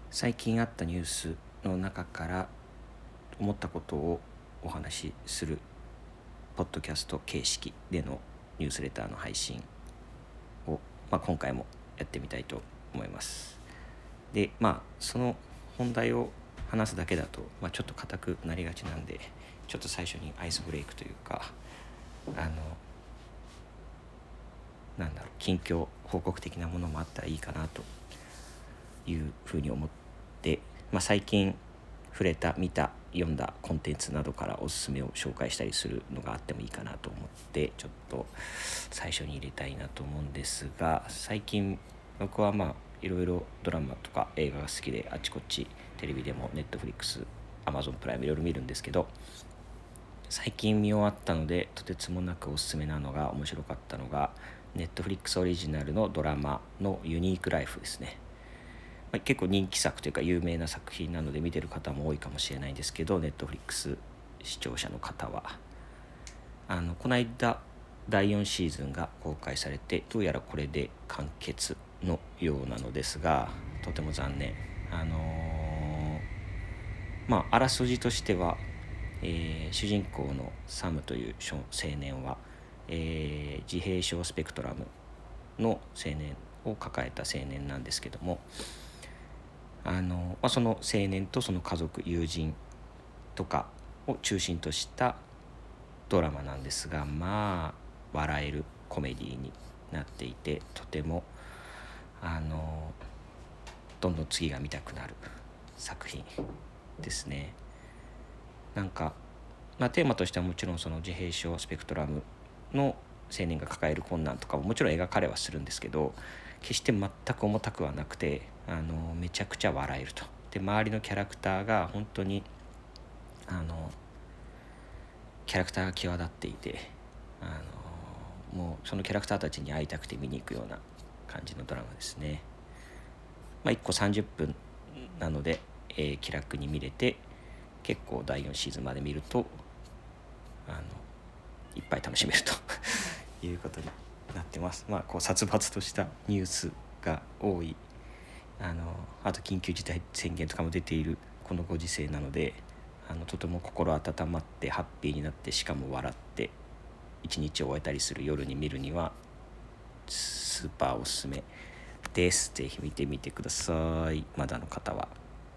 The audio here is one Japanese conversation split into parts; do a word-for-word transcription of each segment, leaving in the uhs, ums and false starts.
最近あったニュースの中から思ったことをお話しするポッドキャスト形式でのニュースレターの配信を、まあ、今回もやってみたいと思います。でまあその本題を話すだけだと、まあ、ちょっと硬くなりがちなんで、ちょっと最初にアイスブレイクというか、あのなんだろう近況報告的なものもあったらいいかなというふうに思って、まあ、最近触れた見た読んだコンテンツなどからおすすめを紹介したりするのがあってもいいかなと思って、ちょっと最初に入れたいなと思うんですが、最近僕はまあいろいろドラマとか映画が好きで、あちこちテレビでもネットフリックス、アマゾンプライムいろいろ見るんですけど、最近見終わったのでとてつもなくおすすめなのが、面白かったのがネットフリックスオリジナルのドラマのユニークライフですね。まあ、結構人気作というか有名な作品なので見てる方も多いかもしれないんですけど、ネットフリックス視聴者の方はあのこの間だいよんシーズンが公開されて、どうやらこれで完結のようなのですが、とても残念。あのー、まああらすじとしては、えー、主人公のサムという青年は、えー、自閉症スペクトラムの青年を抱えた青年なんですけども、あの、まあ、その青年とその家族友人とかを中心としたドラマなんですが、まあ笑えるコメディになっていて、とてもあのどんどん次が見たくなる作品ですね。なんか、まあ、テーマとしてはもちろんその自閉症スペクトラムの青年が抱える困難とかももちろん描かれはするんですけど、決して全く重たくはなくて、あのめちゃくちゃ笑えると。で周りのキャラクターが本当にあのキャラクターが際立っていて、あのもうそのキャラクターたちに会いたくて見に行くような感じのドラマですね。まあ、いっこさんじゅっぷんなので、えー気楽に見れて、結構だいよんシーズンまで見るとあのいっぱい楽しめるということになってます。まあこう殺伐としたニュースが多い、あのあと緊急事態宣言とかも出ているこのご時世なので、あのとても心温まってハッピーになって、しかも笑って一日を終えたりする夜に見るにはスーパーおすすめです。ぜひ見てみてください、まだの方は。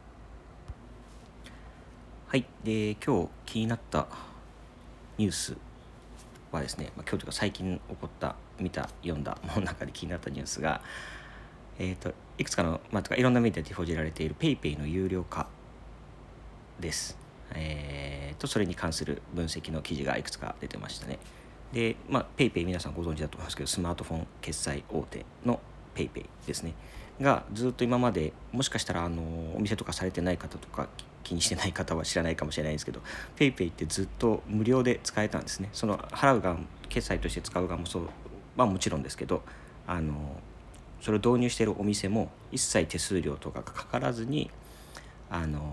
はい。で今日気になったニュースはですね、まあ、今日というか最近起こった見た読んだものの中で気になったニュースが、えー、といくつかの、まあ、とかいろんなメディアで報じられている PayPay の有料化です。えー、とそれに関する分析の記事がいくつか出てましたね。で、まあ、PayPay 皆さんご存知だと思いますけど、スマートフォン決済大手の PayPay ですねが、ずっと今までもしかしたらあのお店とかされてない方とか気にしてない方は知らないかもしれないんですけど、 PayPay ってずっと無料で使えたんですね。その払う側、決済として使う側もそうはもちろんですけど、あのそれを導入しているお店も一切手数料とかがかからずにあの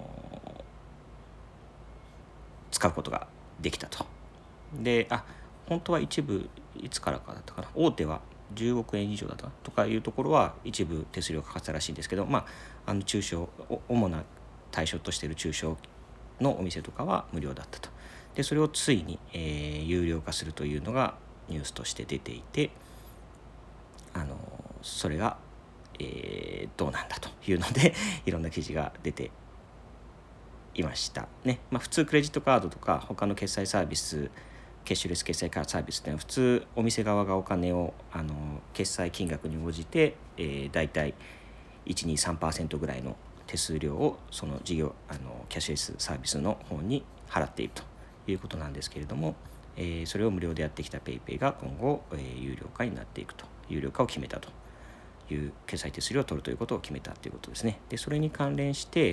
使うことができたと。で、あ、本当は一部いつからかだったかな、大手はじゅうおくえん以上だったかとかいうところは一部手数料かかってたらしいんですけど、まああの中小、主な対象としている中小のお店とかは無料だったと。でそれをついに、えー有料化するというのがニュースとして出ていて、あのそれが、えーどうなんだというのでいろんな記事が出ていましたね。まあ、普通クレジットカードとか他の決済サービス、キャッシュレス決済カードサービスっていうのは普通お店側がお金をあの決済金額に応じて、えー、大体 いち、に、さんパーセント ぐらいの手数料をその事業あのキャッシュレスサービスの方に払っているということなんですけれども、えー、それを無料でやってきた PayPay が今後、えー、有料化になっていくと、有料化を決めたという決済手数料を取るということを決めたということですね。でそれに関連して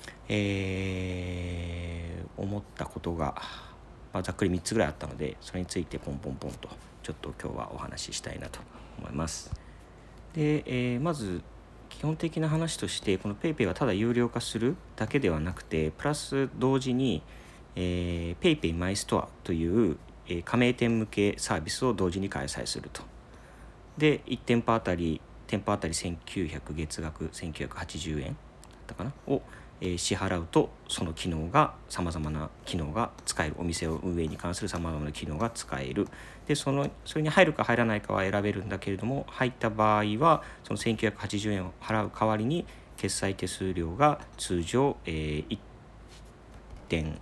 えー、思ったことが、まあ、ざっくりみっつぐらいあったので、それについてポンポンポンとちょっと今日はお話ししたいなと思います。で、えー、まず基本的な話として、この PayPay はただ有料化するだけではなくて、プラス同時に、えー、PayPay マイストアという、えー加盟店向けサービスを同時に開催すると。でいち店舗あたり店舗あたりせんきゅうひゃく月額せんきゅうひゃくはちじゅうえんったかなを、えー支払うと、その機能がさまざまな機能が使える、お店を運営に関するさまざまな機能が使える。でそのそれに入るか入らないかは選べるんだけれども、入った場合はそのせんきゅうひゃくはちじゅうえんを払う代わりに決済手数料が通常、えー、いってん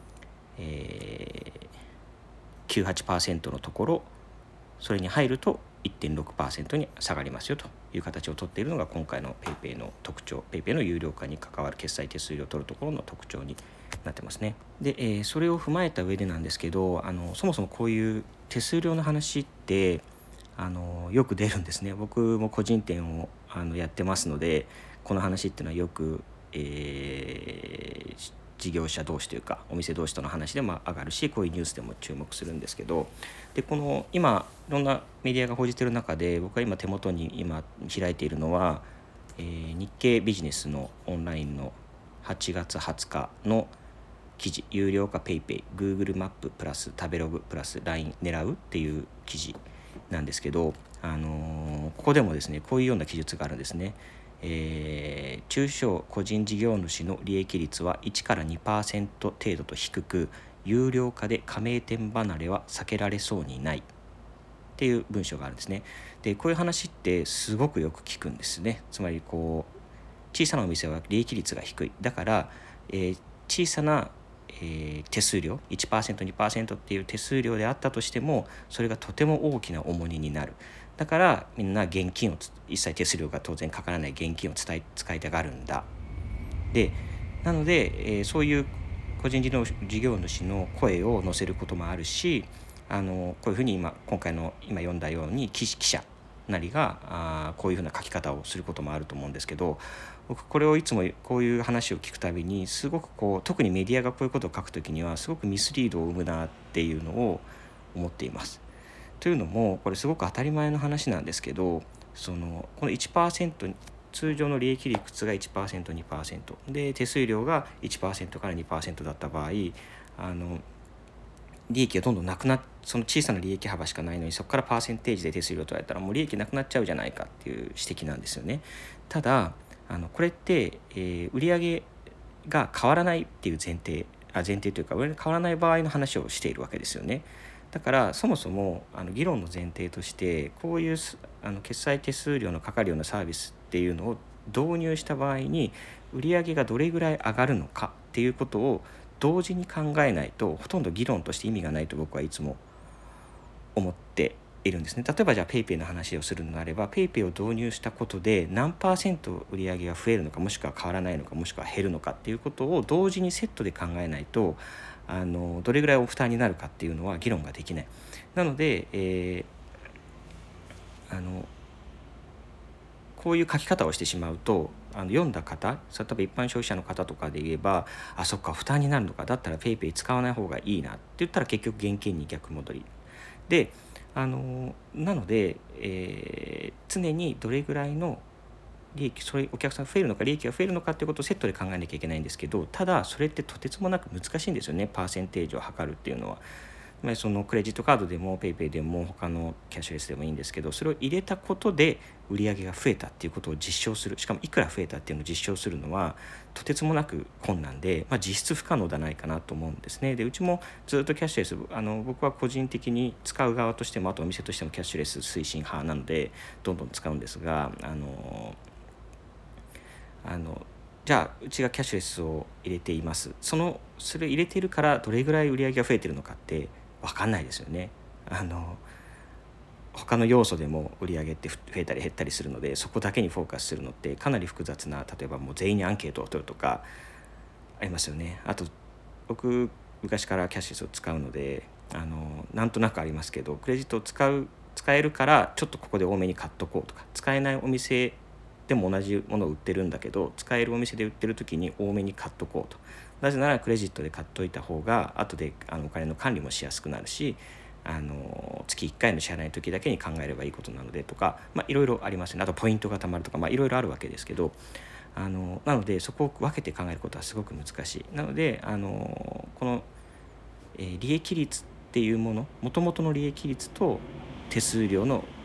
きゅうはちパーセント のところ、それに入ると いってんろくパーセント に下がりますよという形をとっているのが今回の PayPay の特徴、 PayPay の有料化に関わる決済手数料を取るところの特徴になってますね。で、えーそれを踏まえた上でなんですけど、あのそもそもこういう手数料の話ってあのよく出るんですね。僕も個人店をあのやってますので、この話っていうのはよく、えー事業者同士というかお店同士との話でも上がるし、こういうニュースでも注目するんですけど、でこの今いろんなメディアが報じている中で、僕が今手元に今開いているのは、えー日経ビジネスのオンラインのはちがつはつかの記事、有料化 PayPay、Google マッププラス食べログプラス ライン 狙うっていう記事なんですけど、あのーここでもですね、こういうような記述があるんですね。えー中小個人事業主の利益率はいちからにパーセント程度と低く、有料化で加盟店離れは避けられそうにないっていう文章があるんですね。でこういう話ってすごくよく聞くんですね。つまりこう小さなお店は利益率が低い、だから、えー小さな、えー手数料 いちパーセント、にパーセント っていう手数料であったとしても、それがとても大きな重荷になる。だからみんな現金をつ一切手数料が当然かからない現金を伝え使いたがるんだ。でなので、えーそういう個人事業事業主の声を載せることもあるし、あのこういうふうに今今回の今読んだように記記者なりがあーこういうふうな書き方をすることもあると思うんですけど、僕これをいつもこういう話を聞くたびにすごくこう、特にメディアがこういうことを書くときにはすごくミスリードを生むなっていうのを思っています。というのも、これすごく当たり前の話なんですけど、そのこの いちパーセント、通常の利益率が いちパーセント、にパーセント で手数料が いちパーセント から にパーセント だった場合、あの利益がどんどんなくなっその小さな利益幅しかないのに、そこからパーセンテージで手数料取られたらもう利益なくなっちゃうじゃないかっていう指摘なんですよね。ただあのこれって、えー売上が変わらないっていう前提あ前提というか、売上が変わらない場合の話をしているわけですよね。だからそもそもあの議論の前提として、こういうすあの決済手数料のかかるようなサービスっていうのを導入した場合に、売上がどれぐらい上がるのかっていうことを同時に考えないと、ほとんど議論として意味がないと僕はいつも思っているんですね。例えばじゃあ PayPay の話をするのであれば、 PayPay を導入したことで何パーセント売上が増えるのか、もしくは変わらないのか、もしくは減るのかっていうことを同時にセットで考えないと、あのどれぐらいお負担になるかっていうのは議論ができない。なので、えーあのこういう書き方をしてしまうと、あの読んだ方、例えば一般消費者の方とかで言えば、あ、そっか負担になるのか、だったら PayPay 使わない方がいいなって言ったら結局現金に逆戻りで、あのなので、えー常にどれぐらいの利益、それお客さんが増えるのか利益が増えるのかっていうことをセットで考えなきゃいけないんですけど、ただそれってとてつもなく難しいんですよね、パーセンテージを測るっていうのは。つまりそのクレジットカードでも PayPay でも他のキャッシュレスでもいいんですけど、それを入れたことで売上が増えたっていうことを実証する、しかもいくら増えたっていうのを実証するのはとてつもなく困難で、まあ、実質不可能ではないかなと思うんですね。でうちもずっとキャッシュレス、あの僕は個人的に使う側としても、あとお店としてもキャッシュレス推進派なのでどんどん使うんですが、あのあのじゃあうちがキャッシュレスを入れています、そのそれ入れてるからどれぐらい売上が増えてるのかって分かんないですよね。あの他の要素でも売上って増えたり減ったりするので、そこだけにフォーカスするのってかなり複雑な、例えばもう全員にアンケートを取るとかありますよね。あと僕昔からキャッシュレスを使うので、あのなんとなくありますけど、クレジットを使う使えるからちょっとここで多めに買っとこうとか、使えないお店でも同じものを売ってるんだけど使えるお店で売ってる時に多めに買っとこうと。なぜならクレジットで買っといた方が後であのお金の管理もしやすくなるし、あの月いっかいの支払いの時だけに考えればいいことなのでとか、まあ、いろいろありますね。あとポイントがたまるとか、まあ、いろいろあるわけですけど、あのなのでそこを分けて考えることはすごく難しい。なのであのこの、えー利益率っていうもの、もともとの利益率と手数料の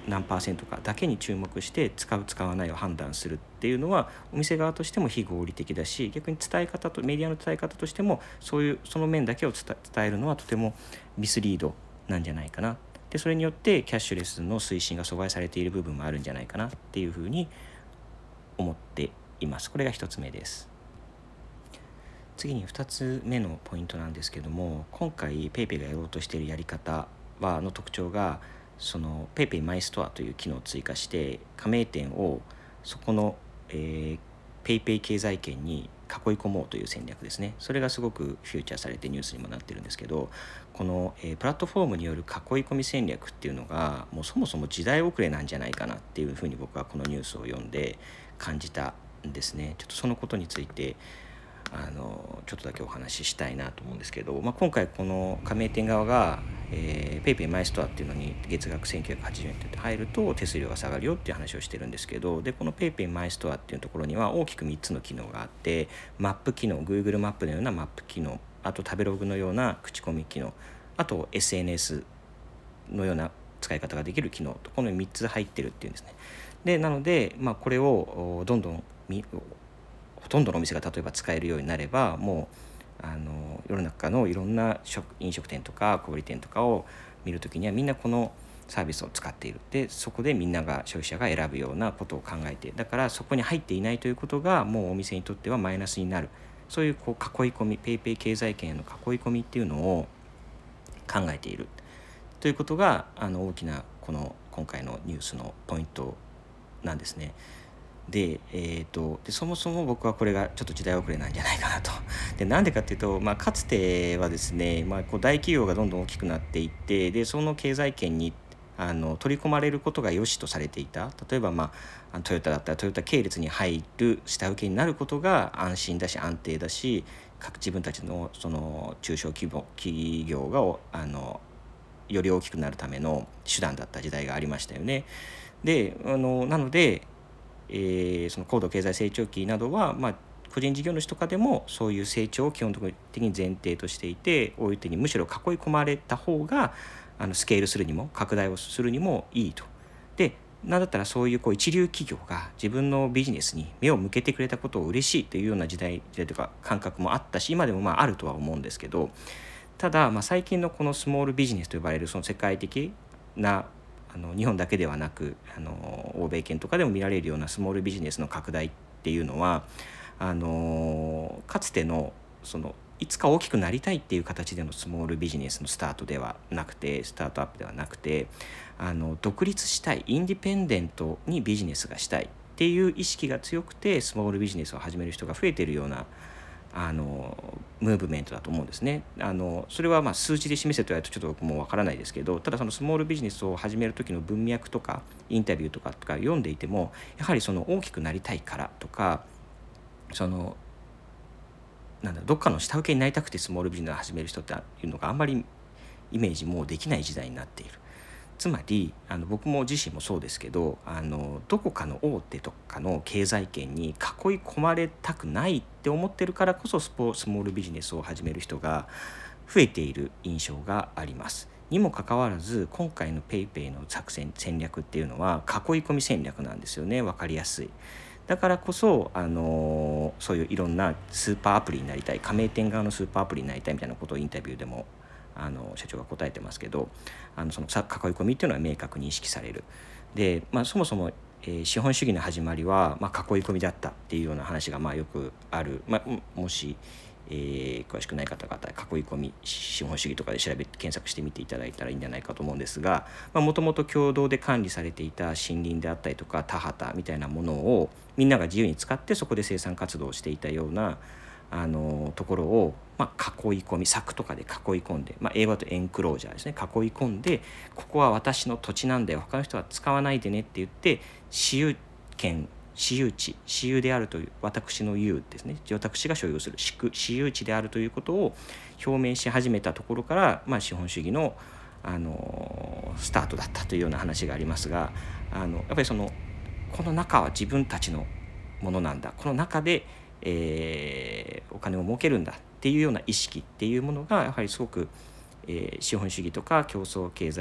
何パーセントかだけに注目して使う使わないを判断するっていうのはお店側としても非合理的だし、逆に伝え方とメディアの伝え方としてもそういうその面だけを伝えるのはとてもミスリードなんじゃないかな。でそれによってキャッシュレスの推進が阻害されている部分もあるんじゃないかなっていうふうに思っています。これがひとつめです。次にふたつめのポイントなんですけども、今回 PayPay がやろうとしているやり方はの特徴が、その PayPay マイストアという機能を追加して加盟店をそこの、えー、PayPay 経済圏に囲い込もうという戦略ですね。それがすごくフューチャーされてニュースにもなってるんですけど、この、えー、プラットフォームによる囲い込み戦略っていうのがもうそもそも時代遅れなんじゃないかなっていうふうに僕はこのニュースを読んで感じたんですね。ちょっとそのことについてあのちょっとだけお話ししたいなと思うんですけど、まあ、今回この加盟店側が、えー、PayPay マイストアっていうのに月額せんきゅうひゃくはちじゅうえんって入ると手数料が下がるよっていう話をしてるんですけど、でこの PayPay マイストアっていうところには大きくみっつの機能があって、マップ機能、 Google マップのようなマップ機能、あと食べログのような口コミ機能、あと エスエヌエス のような使い方ができる機能と、このみっつ入ってるっていうんですね。でなので、まあ、これをどんどんみほとんどのお店が例えば使えるようになれば、もうあの世の中のいろんな食飲食店とか小売店とかを見るときにはみんなこのサービスを使っている。でそこでみんなが消費者が選ぶようなことを考えて、だからそこに入っていないということがもうお店にとってはマイナスになる、そういうこう囲い込み、ペイペイ経済圏への囲い込みっていうのを考えているということがあの大きなこの今回のニュースのポイントなんですね。でえー、とでそもそも僕はこれがちょっと時代遅れなんじゃないかなと。でなんでかっていうと、まあ、かつてはですね、まあ、こう大企業がどんどん大きくなっていって、でその経済圏にあの取り込まれることが良しとされていた。例えば、まあ、トヨタだったらトヨタ系列に入る下請けになることが安心だし安定だし、各自分たちのその中小規模企業があのより大きくなるための手段だった時代がありましたよね。であのなのでえー、その高度経済成長期などは、まあ、個人事業主とかでもそういう成長を基本的に前提としていて、大手にむしろ囲い込まれた方があのスケールするにも拡大をするにもいいと。でなんだったらそういう、こう一流企業が自分のビジネスに目を向けてくれたことを嬉しいというような時代時代というか感覚もあったし、今でもまああるとは思うんですけど、ただ、まあ、最近のこのスモールビジネスと呼ばれるその世界的なあの日本だけではなくあの欧米圏とかでも見られるようなスモールビジネスの拡大っていうのはあのかつてのそのいつか大きくなりたいっていう形でのスモールビジネスのスタートではなくてスタートアップではなくてあの独立したいインディペンデントにビジネスがしたいっていう意識が強くてスモールビジネスを始める人が増えているようなあのムーブメントだと思うんですね。あのそれはまあ数値で示せと言われるとちょっと僕もわからないですけど、ただそのスモールビジネスを始める時の文脈とかインタビューとかとか読んでいても、やはりその大きくなりたいからとか、そのなんだどっかの下請けになりたくてスモールビジネスを始める人っていうのがあんまりイメージもうできない時代になっている。つまりあの僕も自身もそうですけど、あのどこかの大手とかの経済圏に囲い込まれたくないって思ってるからこそスポスモールビジネスを始める人が増えている印象があります。にもかかわらず今回の PayPay の作戦戦略っていうのは囲い込み戦略なんですよね。分かりやすい。だからこそ、あのそういういろんなスーパーアプリになりたい、加盟店側のスーパーアプリになりたいみたいなことをインタビューでもあの社長が答えてますけど、あのその囲い込みっていうのは明確に意識される。で、まあ、そもそも、えー、資本主義の始まりは、まあ、囲い込みだったっていうような話がまあよくある、まあ、もし、えー、詳しくない方々囲い込み資本主義とかで調べ検索してみていただいたらいいんじゃないかと思うんですが、もともと共同で管理されていた森林であったりとか田畑みたいなものをみんなが自由に使ってそこで生産活動をしていたようなあのところを、まあ、囲い込み柵とかで囲い込んで、まあ、英語だとエンクロージャーですね、囲い込んで、ここは私の土地なんだよ、他の人は使わないでねって言って私有権私有地私有であるという私の有ですね、私が所有する私有地であるということを表明し始めたところから、まあ、資本主義の、あのスタートだったというような話がありますが、あのやっぱりそのこの中は自分たちのものなんだ、この中でえー、お金を儲けるんだっていうような意識っていうものがやはりすごく、えー、資本主義とか競争経済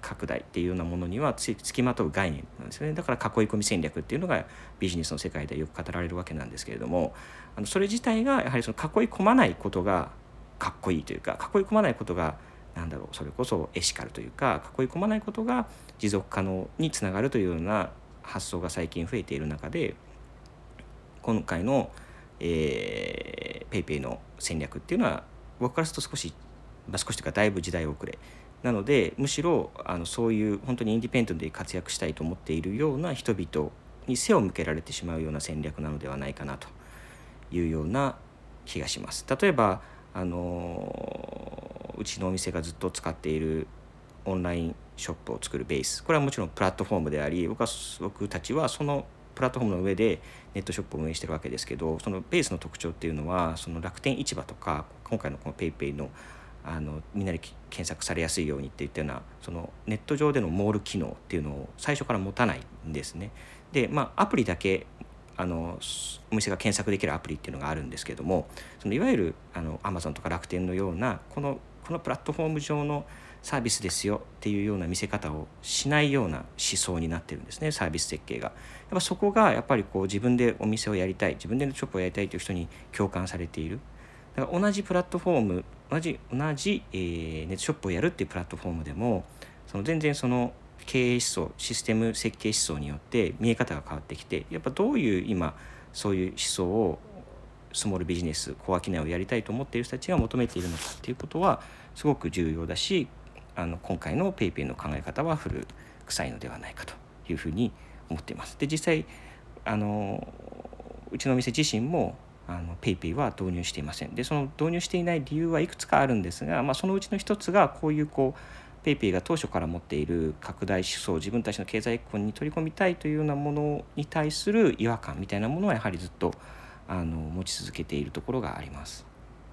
拡大っていうようなものにはつきまとう概念なんですよね。だから囲い込み戦略っていうのがビジネスの世界でよく語られるわけなんですけれども、あのそれ自体がやはりその囲い込まないことがかっこいいというか、囲い込まないことがなんだろうそれこそエシカルというか、囲い込まないことが持続可能につながるというような発想が最近増えている中で、今回の、えー、ペイペイの戦略っていうのは僕からすると少し、まあ、少しというかだいぶ時代遅れなので、むしろあのそういう本当にインディペンデントで活躍したいと思っているような人々に背を向けられてしまうような戦略なのではないかなというような気がします。例えばあのうちのお店がずっと使っているオンラインショップを作るベース、これはもちろんプラットフォームであり、僕は僕たちはそのプラットフォームの上でネットショップを運営しているわけですけど、そのベースの特徴っていうのは、その楽天市場とか今回のこのペイペイのあのみんなで検索されやすいようにっていったような、そのネット上でのモール機能っていうのを最初から持たないんですね。で、まあアプリだけあのお店が検索できるアプリっていうのがあるんですけども、そのいわゆるあの Amazon とか楽天のようなこのこのプラットフォーム上のサービスですよっていうような見せ方をしないような思想になってるんですね、サービス設計が。やっぱそこがやっぱりこう自分でお店をやりたい、自分でショップをやりたいという人に共感されている。だから同じプラットフォーム、同じ同じ、えー、ネットショップをやるっていうプラットフォームでも、その全然その経営思想、システム設計思想によって見え方が変わってきて、やっぱどういう今そういう思想をスモールビジネス、小商いをやりたいと思っている人たちが求めているのかっていうことはすごく重要だし、あの今回のペイペイの考え方は古臭いのではないかというふうに思っています。で、実際あのうちのお店自身もあのペイペイは導入していません。で、その導入していない理由はいくつかあるんですが、まあ、そのうちの一つがこういうこうペイペイが当初から持っている拡大思想、自分たちの経済エコに取り込みたいというようなものに対する違和感みたいなものはやはりずっとあの持ち続けているところがあります。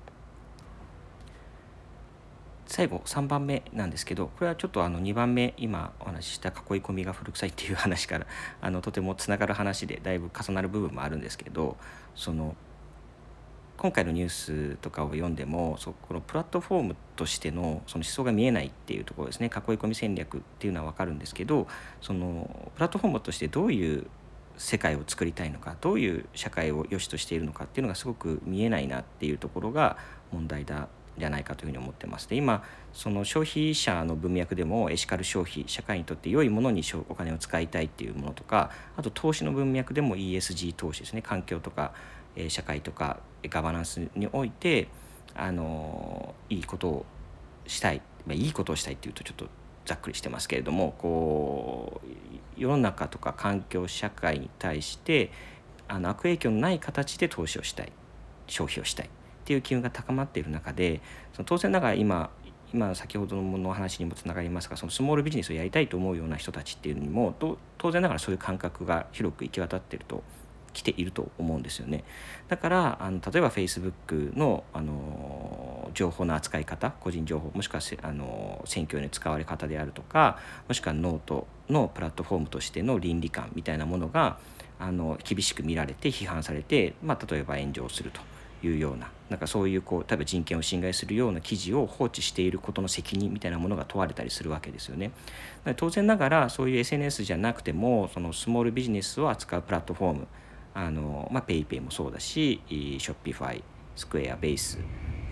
最後さんばんめなんですけど、これはちょっとあのにばんめ、今お話しした囲い込みが古臭いっていう話からあのとてもつながる話でだいぶ重なる部分もあるんですけど、その今回のニュースとかを読んでも、そこのプラットフォームとしてのその思想が見えないっていうところですね。囲い込み戦略っていうのは分かるんですけど、そのプラットフォームとしてどういう世界を作りたいのか、どういう社会を良しとしているのかっていうのがすごく見えないなっていうところが問題だじゃないかというふうに思ってます。で、今その消費者の文脈でもエシカル消費、社会にとって良いものにお金を使いたいっていうものとか、あと投資の文脈でも イーエスジー 投資ですね、環境とか、えー、社会とかガバナンスにおいてあのいいことをしたい、まあ、いいことをしたいっていうとちょっとざっくりしてますけれども、こう世の中とか環境社会に対してあの悪影響のない形で投資をしたい、消費をしたいっていう機運が高まっている中で、その当然ながら今今先ほどのもの話にもつながりますが、そのスモールビジネスをやりたいと思うような人たちっていうのにも当然ながらそういう感覚が広く行き渡っていると来ていると思うんですよね。だからあの例えば Facebook の、あの情報の扱い方、個人情報、もしくはあの選挙への使われ方であるとか、もしくはノートのプラットフォームとしての倫理観みたいなものがあの厳しく見られて批判されて、まあ、例えば炎上するというような、なんかそういうこう例えば人権を侵害するような記事を放置していることの責任みたいなものが問われたりするわけですよね。当然ながらそういう エスエヌエス じゃなくても、そのスモールビジネスを扱うプラットフォーム、あのまあ、ペイペイもそうだし、ショッピファイ、スクエア、ベース、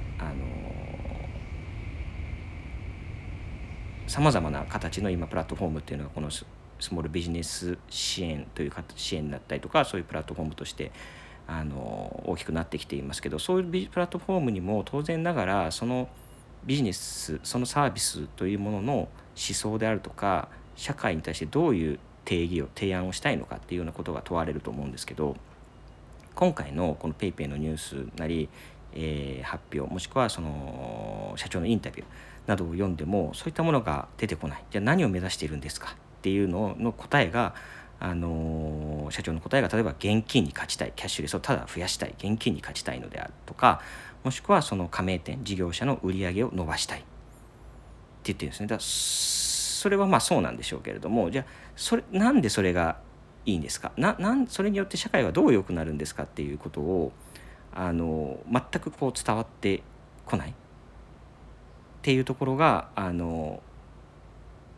さまざまな形の今プラットフォームっていうのがこのスモールビジネス支援というか支援だったりとか、そういうプラットフォームとしてあの大きくなってきていますけど、そういうプラットフォームにも当然ながらそのビジネス、そのサービスというものの思想であるとか、社会に対してどういう定義を提案をしたいのかっていうようなことが問われると思うんですけど、今回のこのペイペイのニュースなり、えー、発表、もしくはその社長のインタビューなどを読んでもそういったものが出てこない。じゃあ何を目指しているんですかっていうのの答えが、あのー、社長の答えが例えば現金に勝ちたい、キャッシュレスをただ増やしたい、現金に勝ちたいのであるとか、もしくはその加盟店事業者の売り上げを伸ばしたいって言ってるんですね。だからそれはまあそうなんでしょうけれども、じゃあそれなんでそれがいいんですか、ななんそれによって社会はどう良くなるんですかっていうことをあの全くこう伝わってこないっていうところがあの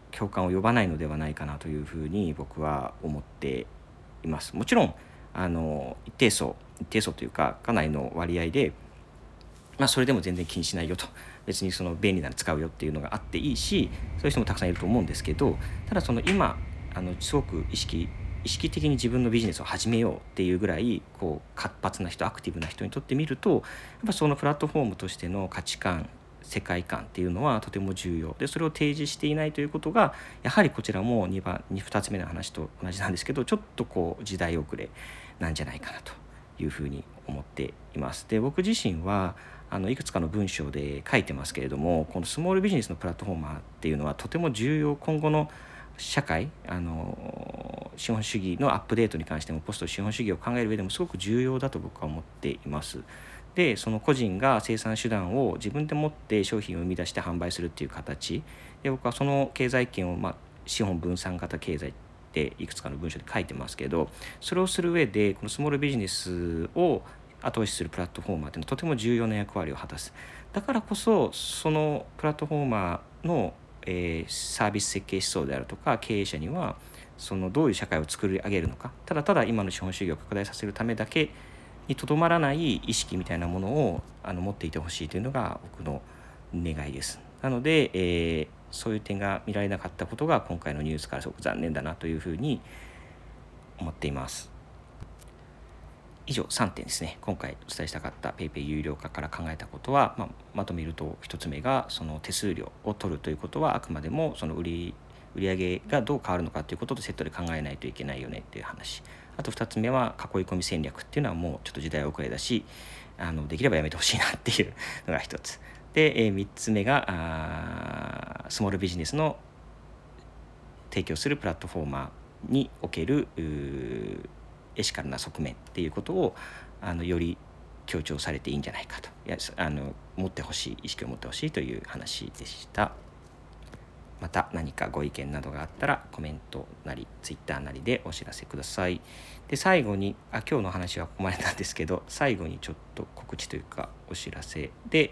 共感を呼ばないのではないかなというふうに僕は思っています。もちろんあの一定数一定数というかかなりの割合で、まあ、それでも全然気にしないよと、別にその便利なの使うよっていうのがあっていいし、そういう人もたくさんいると思うんですけど、ただその今あのすごく意識意識的に自分のビジネスを始めようっていうぐらいこう活発な人、アクティブな人にとってみると、やっぱそのプラットフォームとしての価値観、世界観っていうのはとても重要で、それを提示していないということが、やはりこちらもにばんにふたつめの話と同じなんですけど、ちょっとこう時代遅れなんじゃないかなというふうに思っています。で、僕自身はあのいくつかの文章で書いてますけれども、このスモールビジネスのプラットフォーマーっていうのはとても重要、今後の社会、あの資本主義のアップデートに関してもポスト資本主義を考える上でもすごく重要だと僕は思っています。で、その個人が生産手段を自分で持って商品を生み出して販売するっていう形で、僕はその経済圏を、まあ、資本分散型経済っていくつかの文章で書いてますけど、それをする上でこのスモールビジネスを後押しするプラットフォーマーっていうのはとても重要な役割を果たす。だからこそそのプラットフォーマーの、えーサービス設計思想であるとか経営者には、そのどういう社会を作り上げるのか、ただただ今の資本主義を拡大させるためだけにとどまらない意識みたいなものをあの持っていてほしいというのが僕の願いです。なので、えーそういう点が見られなかったことが今回のニュースからすごく残念だなというふうに思っています。以上さんてんですね。今回お伝えしたかった PayPay 有料化から考えたことは、まあ、まとめるとひとつめが、その手数料を取るということはあくまでもその売り売上がどう変わるのかということとセットで考えないといけないよねっていう話。あとふたつめは囲い込み戦略っていうのはもうちょっと時代遅れだし、あのできればやめてほしいなっていうのがひとつで、えー、みっつめがあスモールビジネスの提供するプラットフォーマーにおけるエシカルな側面っていうことをあのより強調されていいんじゃないかと、いやあの持ってほしい、意識を持ってほしいという話でした。また何かご意見などがあったらコメントなりツイッターなりでお知らせください。で、最後にあ今日の話はここまでなんですけど、最後にちょっと告知というかお知らせで、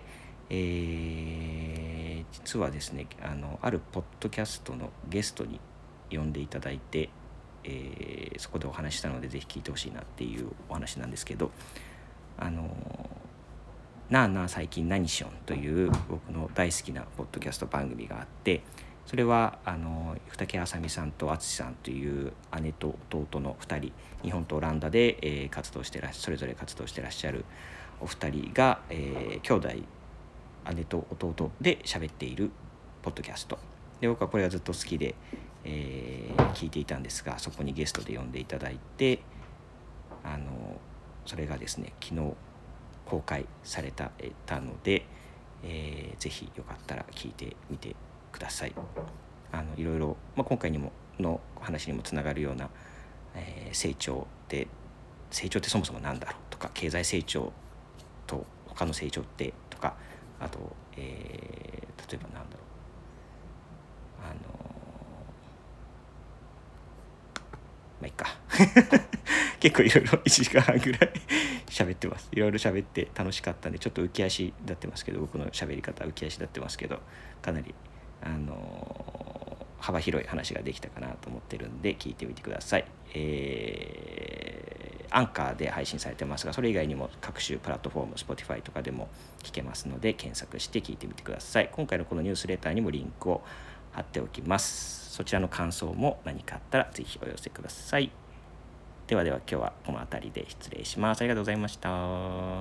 えー、実はですね、あのあるポッドキャストのゲストに呼んでいただいて、えー、そこでお話したのでぜひ聞いてほしいなっていうお話なんですけど、あのなあなあ最近何しよんという僕の大好きなポッドキャスト番組があって、それはあの生竹あさみさんと淳さんという姉と弟のふたり、日本とオランダで、えー、活動してらっそれぞれ活動してらっしゃるお二人が、えー、兄弟姉と弟で喋っているポッドキャストで、僕はこれがずっと好きで、えー、聞いていたんですが、そこにゲストで呼んでいただいて、あのそれがですね昨日公開されたので、えー、ぜひよかったら聞いてみてください。あのいろいろ、まあ、今回にもの話にもつながるような、えー、成長って成長ってそもそもなんだろうとか、経済成長と他の成長ってとか、あと、えー、例えばなんだろうあのまあいいか結構いろいろいちじかんはんぐらい喋ってます。いろいろ喋って楽しかったんで、ちょっと浮き足立ってますけど、僕の喋り方浮き足立ってますけど、かなりあのー、幅広い話ができたかなと思ってるんで聞いてみてください。えー、アンカーで配信されてますが、それ以外にも各種プラットフォーム Spotify とかでも聞けますので検索して聞いてみてください。今回のこのニュースレターにもリンクを貼っておきます。そちらの感想も何かあったらぜひお寄せください。ではでは今日はこの辺りで失礼します。ありがとうございました。